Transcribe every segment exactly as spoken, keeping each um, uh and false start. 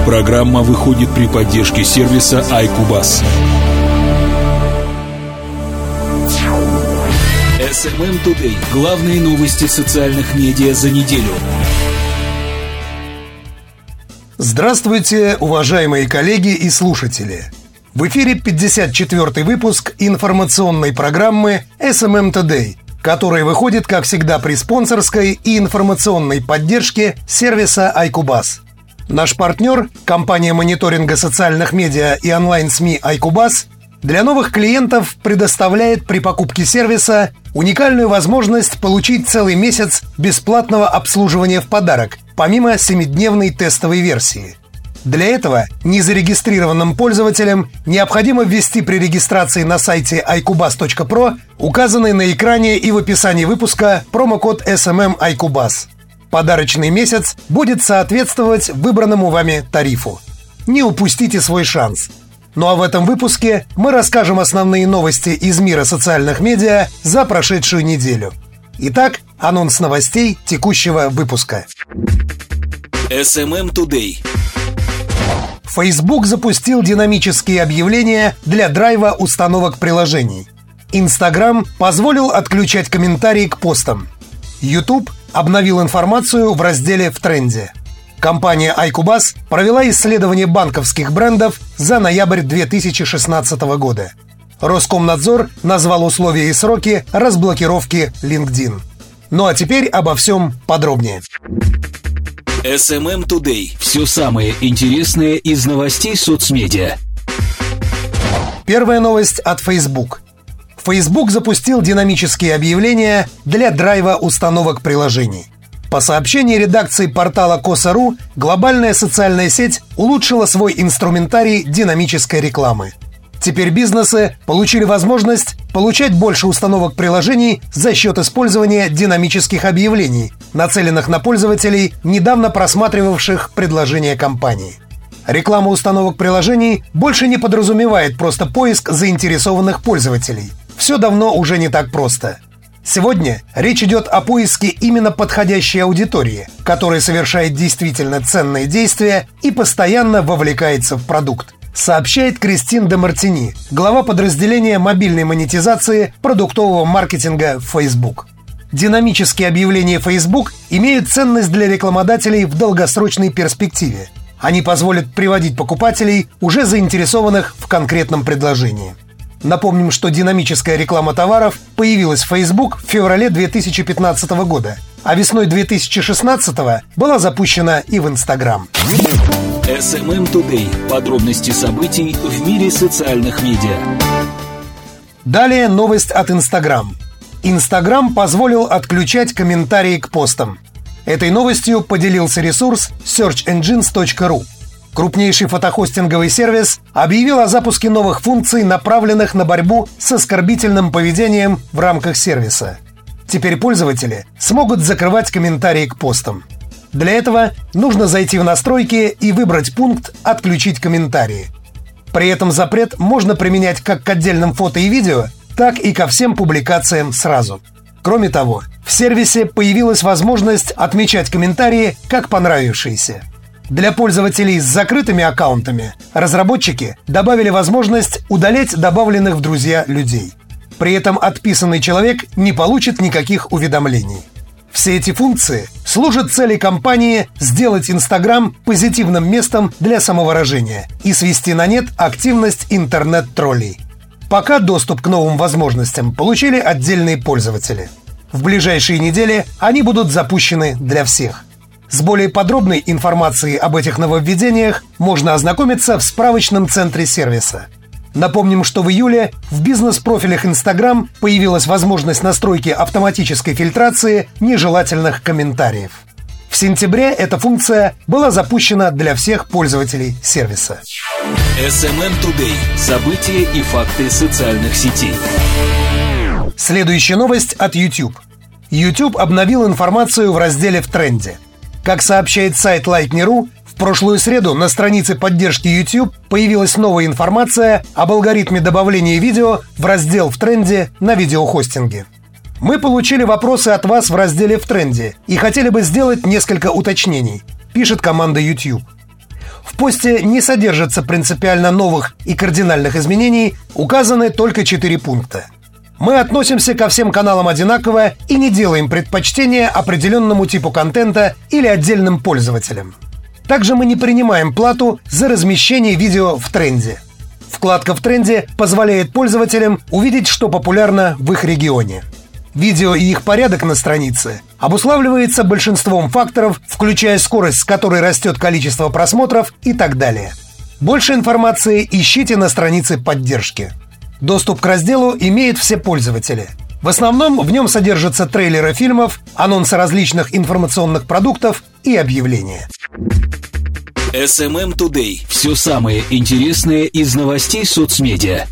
Программа выходит при поддержке сервиса iCubus. эс эм эм Today. Главные новости социальных медиа за неделю. Здравствуйте, уважаемые коллеги и слушатели! В эфире пятьдесят четвёртый выпуск информационной программы эс эм эм Today, которая выходит, как всегда, при спонсорской и информационной поддержке сервиса iCubus. Наш партнер, компания мониторинга социальных медиа и онлайн-СМИ iCubus, для новых клиентов предоставляет при покупке сервиса уникальную возможность получить целый месяц бесплатного обслуживания в подарок, помимо семидневной тестовой версии. Для этого незарегистрированным пользователям необходимо ввести при регистрации на сайте айкубас точка про указанный на экране и в описании выпуска промокод эс эм эм iCubus. Подарочный месяц будет соответствовать выбранному вами тарифу. Не упустите свой шанс. Ну а в этом выпуске мы расскажем основные новости из мира социальных медиа за прошедшую неделю. Итак, анонс новостей текущего выпуска. эс эм эм Today. Facebook запустил динамические объявления для драйва установок приложений. Instagram позволил отключать комментарии к постам. YouTube обновил информацию в разделе «В тренде». Компания iCubus провела исследование банковских брендов за ноябрь две тысячи шестнадцатого года. Роскомнадзор назвал условия и сроки разблокировки LinkedIn. Ну а теперь обо всем подробнее. эс эм эм Today. Все самое интересное из новостей соцмедиа. Первая новость от Facebook. Facebook запустил динамические объявления для драйва установок приложений. По сообщению редакции портала коса точка ру, глобальная социальная сеть улучшила свой инструментарий динамической рекламы. Теперь бизнесы получили возможность получать больше установок приложений за счет использования динамических объявлений, нацеленных на пользователей, недавно просматривавших предложения компании. Реклама установок приложений больше не подразумевает просто поиск заинтересованных пользователей. Все давно уже не так просто. Сегодня речь идет о поиске именно подходящей аудитории, которая совершает действительно ценные действия и постоянно вовлекается в продукт, сообщает Кристин де Мартини, глава подразделения мобильной монетизации продуктового маркетинга в Facebook. Динамические объявления Facebook имеют ценность для рекламодателей в долгосрочной перспективе. Они позволят приводить покупателей, уже заинтересованных в конкретном предложении. Напомним, что динамическая реклама товаров появилась в Facebook в феврале две тысячи пятнадцатого года, а весной две тысячи шестнадцатого была запущена и в Instagram. эс эм эм Today. Подробности событий в мире социальных медиа. Далее новость от Instagram. Instagram позволил отключать комментарии к постам. Этой новостью поделился ресурс серч энджинс точка ру. Крупнейший фотохостинговый сервис объявил о запуске новых функций, направленных на борьбу с оскорбительным поведением в рамках сервиса. Теперь пользователи смогут закрывать комментарии к постам. Для этого нужно зайти в настройки и выбрать пункт «Отключить комментарии». При этом запрет можно применять как к отдельным фото и видео, так и ко всем публикациям сразу. Кроме того, в сервисе появилась возможность отмечать комментарии как понравившиеся. Для пользователей с закрытыми аккаунтами разработчики добавили возможность удалять добавленных в друзья людей. При этом отписанный человек не получит никаких уведомлений. Все эти функции служат цели компании сделать Instagram позитивным местом для самовыражения и свести на нет активность интернет-троллей. Пока доступ к новым возможностям получили отдельные пользователи. В ближайшие недели они будут запущены для всех. С более подробной информацией об этих нововведениях можно ознакомиться в справочном центре сервиса. Напомним, что в июле в бизнес-профилях Instagram появилась возможность настройки автоматической фильтрации нежелательных комментариев. В сентябре эта функция была запущена для всех пользователей сервиса. эс эм эм Today. События и факты социальных сетей. Следующая новость от YouTube. YouTube обновил информацию в разделе «В тренде». Как сообщает сайт Lightning точка ру, в прошлую среду на странице поддержки YouTube появилась новая информация об алгоритме добавления видео в раздел «В тренде» на видеохостинге. Мы получили вопросы от вас в разделе «В тренде» и хотели бы сделать несколько уточнений, пишет команда YouTube. В посте не содержится принципиально новых и кардинальных изменений, указаны только четыре пункта. Мы относимся ко всем каналам одинаково и не делаем предпочтения определенному типу контента или отдельным пользователям. Также мы не принимаем плату за размещение видео в тренде. Вкладка в тренде позволяет пользователям увидеть, что популярно в их регионе. Видео и их порядок на странице обуславливается большинством факторов, включая скорость, с которой растет количество просмотров и так далее. Больше информации ищите на странице поддержки. Доступ к разделу имеют все пользователи. В основном в нем содержатся трейлеры фильмов, анонсы различных информационных продуктов и объявления. эс эм эм Today. Все самое интересное из новостей соцмедиа.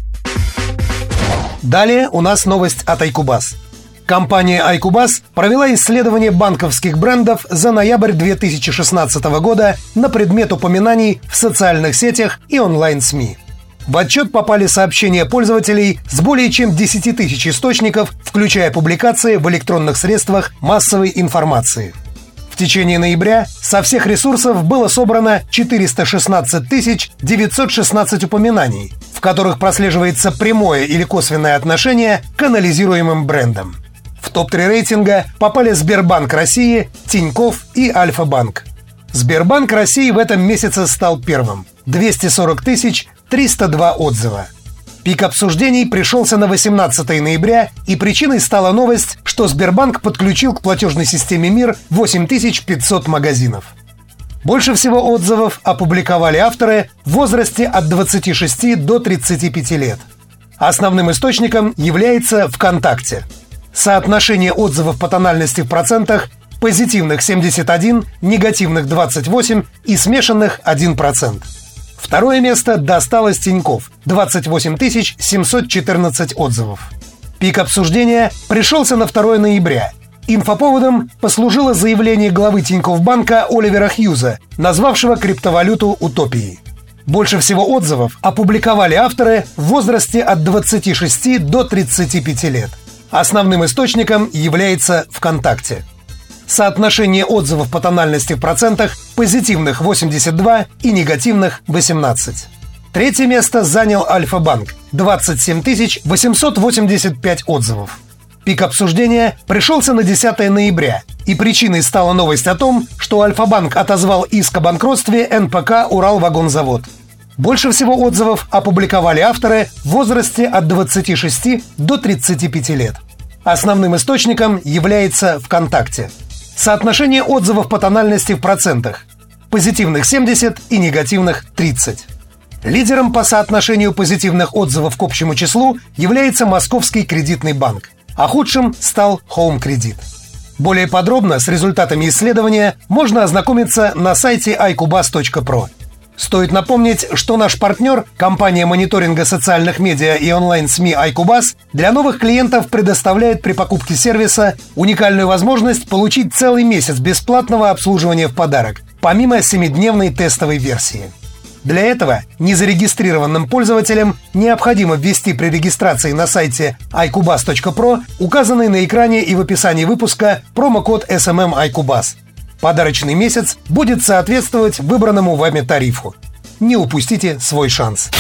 Далее у нас новость от iCubus. Компания iCubus провела исследование банковских брендов за ноябрь две тысячи шестнадцатого года на предмет упоминаний в социальных сетях и онлайн-СМИ. В отчет попали сообщения пользователей с более чем десяти тысяч источников, включая публикации в электронных средствах массовой информации. В течение ноября со всех ресурсов было собрано четыреста шестнадцать тысяч девятьсот шестнадцать упоминаний, в которых прослеживается прямое или косвенное отношение к анализируемым брендам. В топ три рейтинга попали Сбербанк России, Тинькофф и Альфа-банк. Сбербанк России в этом месяце стал первым – двести сорок тысяч триста два отзыва. Пик обсуждений пришелся на восемнадцатое ноября, и причиной стала новость, что Сбербанк подключил к платежной системе МИР восемь тысяч пятьсот магазинов. Больше всего отзывов опубликовали авторы в возрасте от двадцати шести до тридцати пяти лет. Основным источником является ВКонтакте. Соотношение отзывов по тональности в процентах: позитивных семьдесят один, негативных двадцать восемь и смешанных один процент. Второе место досталось Тинькофф – двадцать восемь тысяч семьсот четырнадцать отзывов. Пик обсуждения пришелся на второе ноября. Инфоповодом послужило заявление главы Тинькофф-банка Оливера Хьюза, назвавшего криптовалюту утопией. Больше всего отзывов опубликовали авторы в возрасте от двадцати шести до тридцати пяти лет. Основным источником является ВКонтакте. Соотношение отзывов по тональности в процентах: позитивных восемьдесят два и негативных восемнадцать. Третье место занял Альфа-банк – двадцать семь тысяч восемьсот восемьдесят пять отзывов. Пик обсуждения пришелся на десятое ноября, и причиной стала новость о том, что Альфа-банк отозвал иск о банкротстве эн пэ ка «Уралвагонзавод». Больше всего отзывов опубликовали авторы в возрасте от двадцати шести до тридцати пяти лет. Основным источником является ВКонтакте. Соотношение отзывов по тональности в процентах: позитивных семьдесят и негативных тридцать. Лидером по соотношению позитивных отзывов к общему числу является Московский кредитный банк, а худшим стал Home Credit. Более подробно с результатами исследования можно ознакомиться на сайте ай кубас точка про. Стоит напомнить, что наш партнер, компания мониторинга социальных медиа и онлайн-СМИ iCubus, для новых клиентов предоставляет при покупке сервиса уникальную возможность получить целый месяц бесплатного обслуживания в подарок, помимо семидневной тестовой версии. Для этого незарегистрированным пользователям необходимо ввести при регистрации на сайте ай кубас точка про указанный на экране и в описании выпуска промокод эс эм эм iCubus. Подарочный месяц будет соответствовать выбранному вами тарифу. Не упустите свой шанс.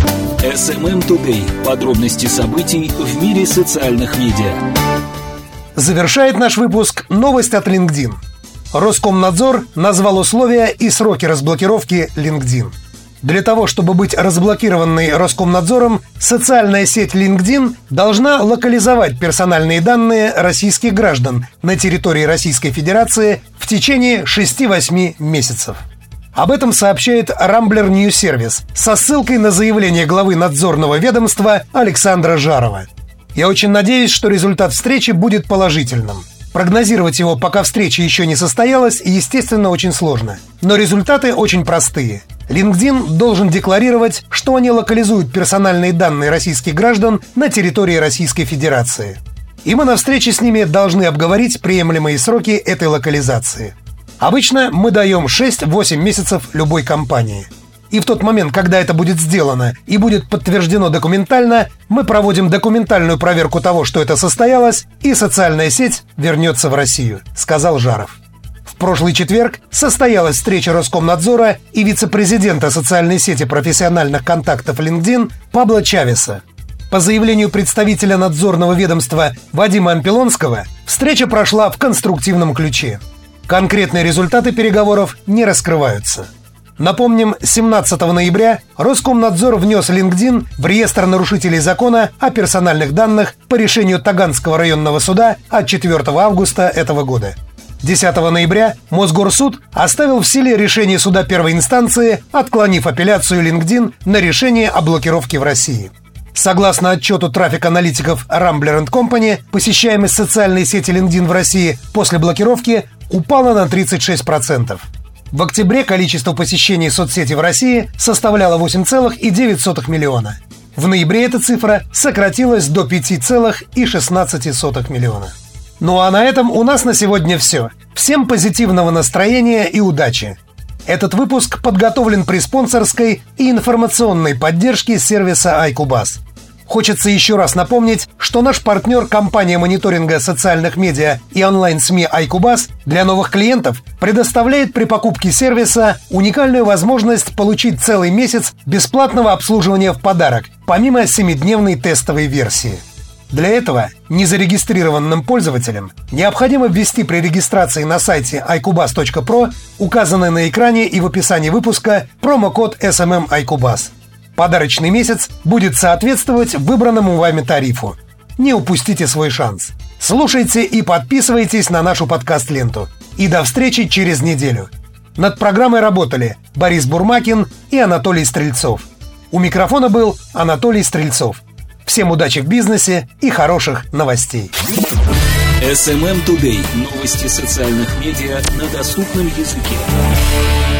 эс эм эм Today. Подробности событий в мире социальных медиа. Завершает наш выпуск новость от LinkedIn. Роскомнадзор назвал условия и сроки разблокировки LinkedIn. Для того, чтобы быть разблокированной Роскомнадзором, социальная сеть LinkedIn должна локализовать персональные данные российских граждан на территории Российской Федерации в течение шести-восьми месяцев. Об этом сообщает Rambler News Service со ссылкой на заявление главы надзорного ведомства Александра Жарова. Я очень надеюсь, что результат встречи будет положительным. Прогнозировать его, пока встреча еще не состоялась, естественно, очень сложно. Но результаты очень простые. LinkedIn должен декларировать, что они локализуют персональные данные российских граждан на территории Российской Федерации. И мы на встрече с ними должны обговорить приемлемые сроки этой локализации. Обычно мы даем шесть-восемь месяцев любой компании. И в тот момент, когда это будет сделано и будет подтверждено документально, мы проводим документальную проверку того, что это состоялось, и социальная сеть вернется в Россию, сказал Жаров. В прошлый четверг состоялась встреча Роскомнадзора и вице-президента социальной сети профессиональных контактов LinkedIn Пабло Чавеса. По заявлению представителя надзорного ведомства Вадима Ампилонского, встреча прошла в конструктивном ключе. Конкретные результаты переговоров не раскрываются. Напомним, семнадцатого ноября Роскомнадзор внес LinkedIn в реестр нарушителей закона о персональных данных по решению Таганского районного суда от четвёртого августа этого года. десятого ноября Мосгорсуд оставил в силе решение суда первой инстанции, отклонив апелляцию LinkedIn на решение о блокировке в России. Согласно отчету трафик-аналитиков Rambler энд Company, посещаемость социальной сети LinkedIn в России после блокировки упала на тридцать шесть процентов. В октябре количество посещений соцсети в России составляло восемь целых девять сотых миллиона. В ноябре эта цифра сократилась до пять целых шестнадцать сотых миллиона. Ну а на этом у нас на сегодня все. Всем позитивного настроения и удачи! Этот выпуск подготовлен при спонсорской и информационной поддержке сервиса iCubus. Хочется еще раз напомнить, что наш партнер компания мониторинга социальных медиа и онлайн-СМИ iCubus для новых клиентов предоставляет при покупке сервиса уникальную возможность получить целый месяц бесплатного обслуживания в подарок, помимо семидневной тестовой версии. Для этого незарегистрированным пользователям необходимо ввести при регистрации на сайте ай кубас точка про, указанный на экране и в описании выпуска, промокод эс эм эм iCubus. Подарочный месяц будет соответствовать выбранному вами тарифу. Не упустите свой шанс. Слушайте и подписывайтесь на нашу подкаст-ленту. И до встречи через неделю. Над программой работали Борис Бурмакин и Анатолий Стрельцов. У микрофона был Анатолий Стрельцов. Всем удачи в бизнесе и хороших новостей. эс эм эм Today. Новости социальных медиа на доступном языке.